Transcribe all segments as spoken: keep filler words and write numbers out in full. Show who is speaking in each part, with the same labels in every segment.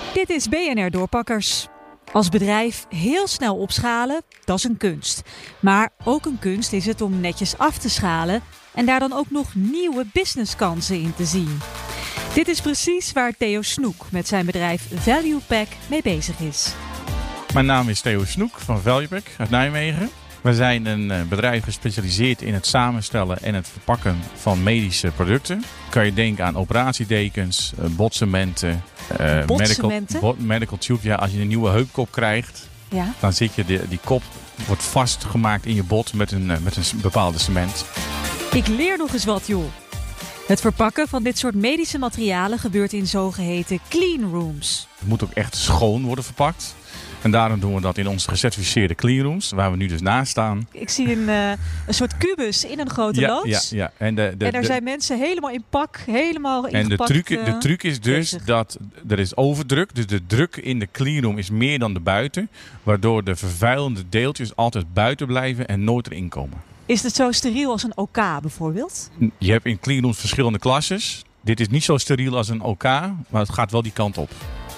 Speaker 1: Dit is B N R Doorpakkers. Als bedrijf heel snel opschalen, dat is een kunst. Maar ook een kunst is het om netjes af te schalen en daar dan ook nog nieuwe businesskansen in te zien. Dit is precies waar Theo Snoek met zijn bedrijf ValuePack mee bezig is.
Speaker 2: Mijn naam is Theo Snoek van ValuePack uit Nijmegen. We zijn een bedrijf gespecialiseerd in het samenstellen en het verpakken van medische producten. Kan je denken aan operatiedekens, botcementen, uh, medical, bot, medical tube. Ja, als je een nieuwe heupkop krijgt, ja. dan zit je de, die kop wordt vastgemaakt in je bot met een, met een bepaalde cement.
Speaker 1: Ik leer nog eens wat, joh. Het verpakken van dit soort medische materialen gebeurt in zogeheten clean rooms.
Speaker 2: Het moet ook echt schoon worden verpakt. En daarom doen we dat in onze gecertificeerde cleanrooms, waar we nu dus naast staan.
Speaker 1: Ik zie een, uh, een soort kubus in een grote
Speaker 2: ja,
Speaker 1: loods.
Speaker 2: Ja, ja. En, de, de,
Speaker 1: en daar
Speaker 2: de,
Speaker 1: zijn mensen helemaal in pak, helemaal
Speaker 2: en
Speaker 1: ingepakt.
Speaker 2: En de truc, de truc is dus bezig. dat er is overdruk. Dus de druk in de cleanroom is meer dan de buiten. Waardoor de vervuilende deeltjes altijd buiten blijven en nooit erin komen.
Speaker 1: Is het zo steriel als een OK bijvoorbeeld?
Speaker 2: Je hebt in cleanrooms verschillende klasses. Dit is niet zo steriel als een OK, maar het gaat wel die kant op.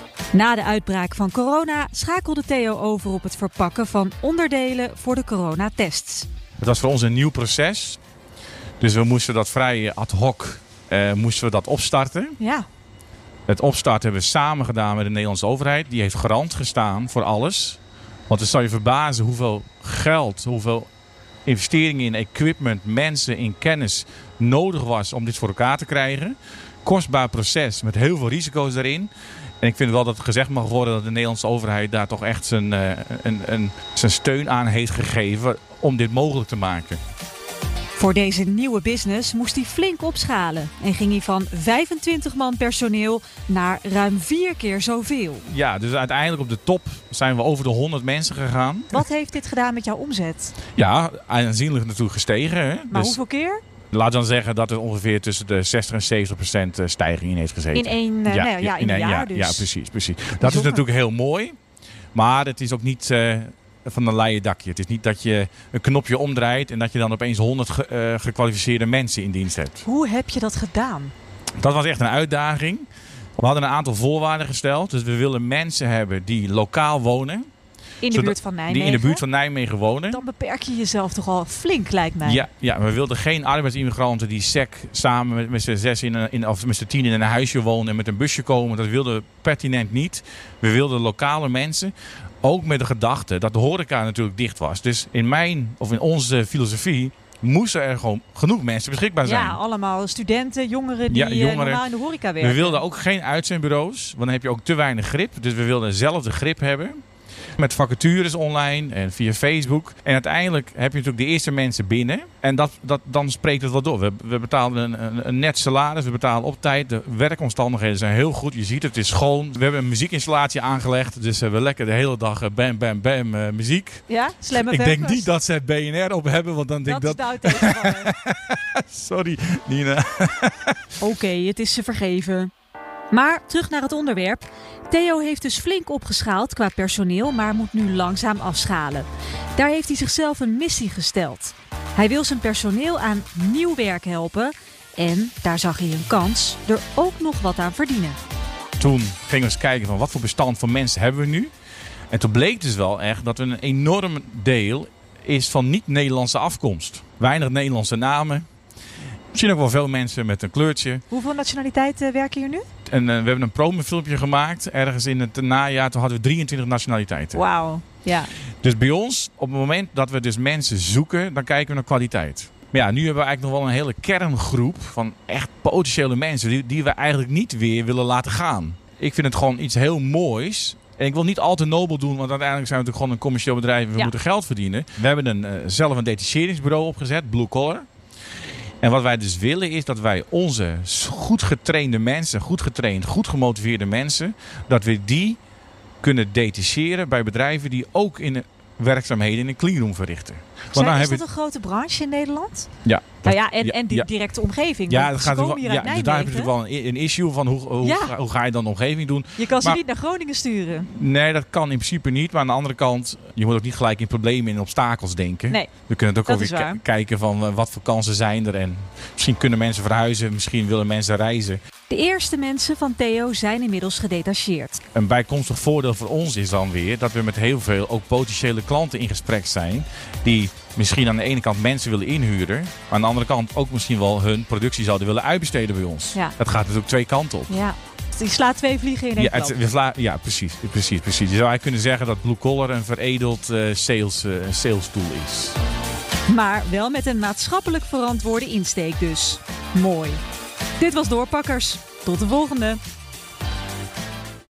Speaker 1: Na de uitbraak van corona schakelde Theo over op het verpakken van onderdelen voor de coronatests.
Speaker 2: Het was voor ons een nieuw proces. Dus we moesten dat vrij ad hoc uh, moesten we dat opstarten.
Speaker 1: Ja.
Speaker 2: Het opstarten hebben we samen gedaan met de Nederlandse overheid. Die heeft garant gestaan voor alles. Want dan zal je verbazen hoeveel geld, hoeveel investeringen in equipment, mensen, in kennis nodig was om dit voor elkaar te krijgen. Kostbaar proces met heel veel risico's erin. En ik vind wel dat het gezegd mag worden dat de Nederlandse overheid daar toch echt zijn, uh, een, een, zijn steun aan heeft gegeven om dit mogelijk te maken.
Speaker 1: Voor deze nieuwe business moest hij flink opschalen en ging hij van vijfentwintig man personeel naar ruim vier keer zoveel.
Speaker 2: Ja, dus uiteindelijk op de top zijn we over de honderd mensen gegaan.
Speaker 1: Wat heeft dit gedaan met jouw omzet?
Speaker 2: Ja, aanzienlijk natuurlijk gestegen. Hè?
Speaker 1: Maar
Speaker 2: dus
Speaker 1: hoeveel keer?
Speaker 2: Laat dan zeggen dat er ongeveer tussen de zestig en zeventig procent stijging in heeft gezeten.
Speaker 1: In één, uh, ja, nou ja, in
Speaker 2: in
Speaker 1: een jaar
Speaker 2: jaar
Speaker 1: dus.
Speaker 2: Ja, precies. precies. Dat is natuurlijk heel mooi. Maar het is ook niet uh, van een leien dakje. Het is niet dat je een knopje omdraait en dat je dan opeens honderd ge, uh, gekwalificeerde mensen in dienst hebt.
Speaker 1: Hoe heb je dat gedaan?
Speaker 2: Dat was echt een uitdaging. We hadden een aantal voorwaarden gesteld. Dus we willen mensen hebben die lokaal wonen.
Speaker 1: In de buurt van Nijmegen?
Speaker 2: Die in de buurt van Nijmegen wonen.
Speaker 1: Dan beperk je jezelf toch al flink, lijkt mij.
Speaker 2: Ja, ja, we wilden geen arbeidsimmigranten die sec samen met, met z'n zes in een, in, of met z'n tien in een huisje wonen en met een busje komen. Dat wilden we pertinent niet. We wilden lokale mensen. Ook met de gedachte dat de horeca natuurlijk dicht was. Dus in mijn of in onze filosofie moesten er gewoon genoeg mensen beschikbaar zijn.
Speaker 1: Ja, allemaal studenten, jongeren die
Speaker 2: ja, jongeren.
Speaker 1: normaal in de horeca werken.
Speaker 2: We wilden ook geen uitzendbureaus, want dan heb je ook te weinig grip. Dus we wilden zelf de grip hebben. Met vacatures online en via Facebook. En uiteindelijk heb je natuurlijk de eerste mensen binnen. En dat, dat, dan spreekt het wel door. We, we betalen een, een, een net salaris. We betalen op tijd. De werkomstandigheden zijn heel goed. Je ziet het, het is schoon. We hebben een muziekinstallatie aangelegd. Dus uh, we lekker de hele dag uh, bam, bam, bam uh, muziek.
Speaker 1: Ja, slim.
Speaker 2: Ik denk niet dat ze B N R op hebben. Want dan denk
Speaker 1: dat
Speaker 2: dat...
Speaker 1: is de uitdaging.
Speaker 2: Sorry, Nina.
Speaker 1: Oké, okay, het is ze vergeven. Maar terug naar het onderwerp. Theo heeft dus flink opgeschaald qua personeel, maar moet nu langzaam afschalen. Daar heeft hij zichzelf een missie gesteld. Hij wil zijn personeel aan nieuw werk helpen en daar zag hij een kans er ook nog wat aan verdienen.
Speaker 2: Toen gingen we eens kijken van wat voor bestand van mensen hebben we nu. En toen bleek dus wel echt dat een enorm deel is van niet-Nederlandse afkomst. Weinig Nederlandse namen. Misschien ook wel veel mensen met een kleurtje.
Speaker 1: Hoeveel nationaliteiten werken hier nu?
Speaker 2: En uh, we hebben een promofilmpje gemaakt. Ergens in het najaar. Toen hadden we drieëntwintig nationaliteiten.
Speaker 1: Wauw. Ja.
Speaker 2: Dus bij ons, op het moment dat we dus mensen zoeken, dan kijken we naar kwaliteit. Maar ja, nu hebben we eigenlijk nog wel een hele kerngroep van echt potentiële mensen. Die, die we eigenlijk niet weer willen laten gaan. Ik vind het gewoon iets heel moois. En ik wil niet al te nobel doen, want uiteindelijk zijn we natuurlijk gewoon een commercieel bedrijf. En we ja. moeten geld verdienen. We hebben een, uh, zelf een detacheringsbureau opgezet, Blue Collar. En wat wij dus willen is dat wij onze goed getrainde mensen, goed getraind, goed gemotiveerde mensen, dat we die kunnen detacheren bij bedrijven die ook in werkzaamheden in een cleanroom verrichten. Want
Speaker 1: Zijn,
Speaker 2: dan
Speaker 1: is
Speaker 2: heb
Speaker 1: dat je... een grote branche in Nederland?
Speaker 2: Ja,
Speaker 1: Nou ja, en,
Speaker 2: Ja,
Speaker 1: en die
Speaker 2: ja.
Speaker 1: directe omgeving.
Speaker 2: Ja,
Speaker 1: want
Speaker 2: dat
Speaker 1: ze
Speaker 2: gaat
Speaker 1: komen
Speaker 2: wel,
Speaker 1: hier
Speaker 2: ja,
Speaker 1: uit
Speaker 2: dus
Speaker 1: Nijmegen.
Speaker 2: daar heb je natuurlijk wel een, een issue van hoe, hoe,
Speaker 1: Ja.
Speaker 2: ga, hoe ga je dan de omgeving doen.
Speaker 1: Je kan ze
Speaker 2: Maar-
Speaker 1: niet naar Groningen sturen.
Speaker 2: Nee, dat kan in principe niet. Maar aan de andere kant, je moet ook niet gelijk in problemen en obstakels denken.
Speaker 1: Nee,
Speaker 2: We kunnen het ook
Speaker 1: dat
Speaker 2: wel
Speaker 1: is
Speaker 2: weer
Speaker 1: waar.
Speaker 2: ki- kijken van uh, wat voor kansen zijn er. En misschien kunnen mensen verhuizen, misschien willen mensen reizen.
Speaker 1: de eerste mensen van Theo zijn inmiddels gedetacheerd.
Speaker 2: Een bijkomstig voordeel voor ons is dan weer dat we met heel veel ook potentiële klanten in gesprek zijn. Die misschien aan de ene kant mensen willen inhuren. Maar aan de andere kant ook misschien wel hun productie zouden willen uitbesteden bij ons.
Speaker 1: Ja.
Speaker 2: Dat gaat natuurlijk twee kanten op.
Speaker 1: Ja, die slaat twee vliegen in één
Speaker 2: Ja,
Speaker 1: klap.
Speaker 2: het, we vla- ja precies, precies, precies. Je zou eigenlijk kunnen zeggen dat Blue Collar een veredeld uh, sales, uh, sales tool is.
Speaker 1: Maar wel met een maatschappelijk verantwoorde insteek dus. Mooi. Dit was Doorpakkers. Tot de volgende.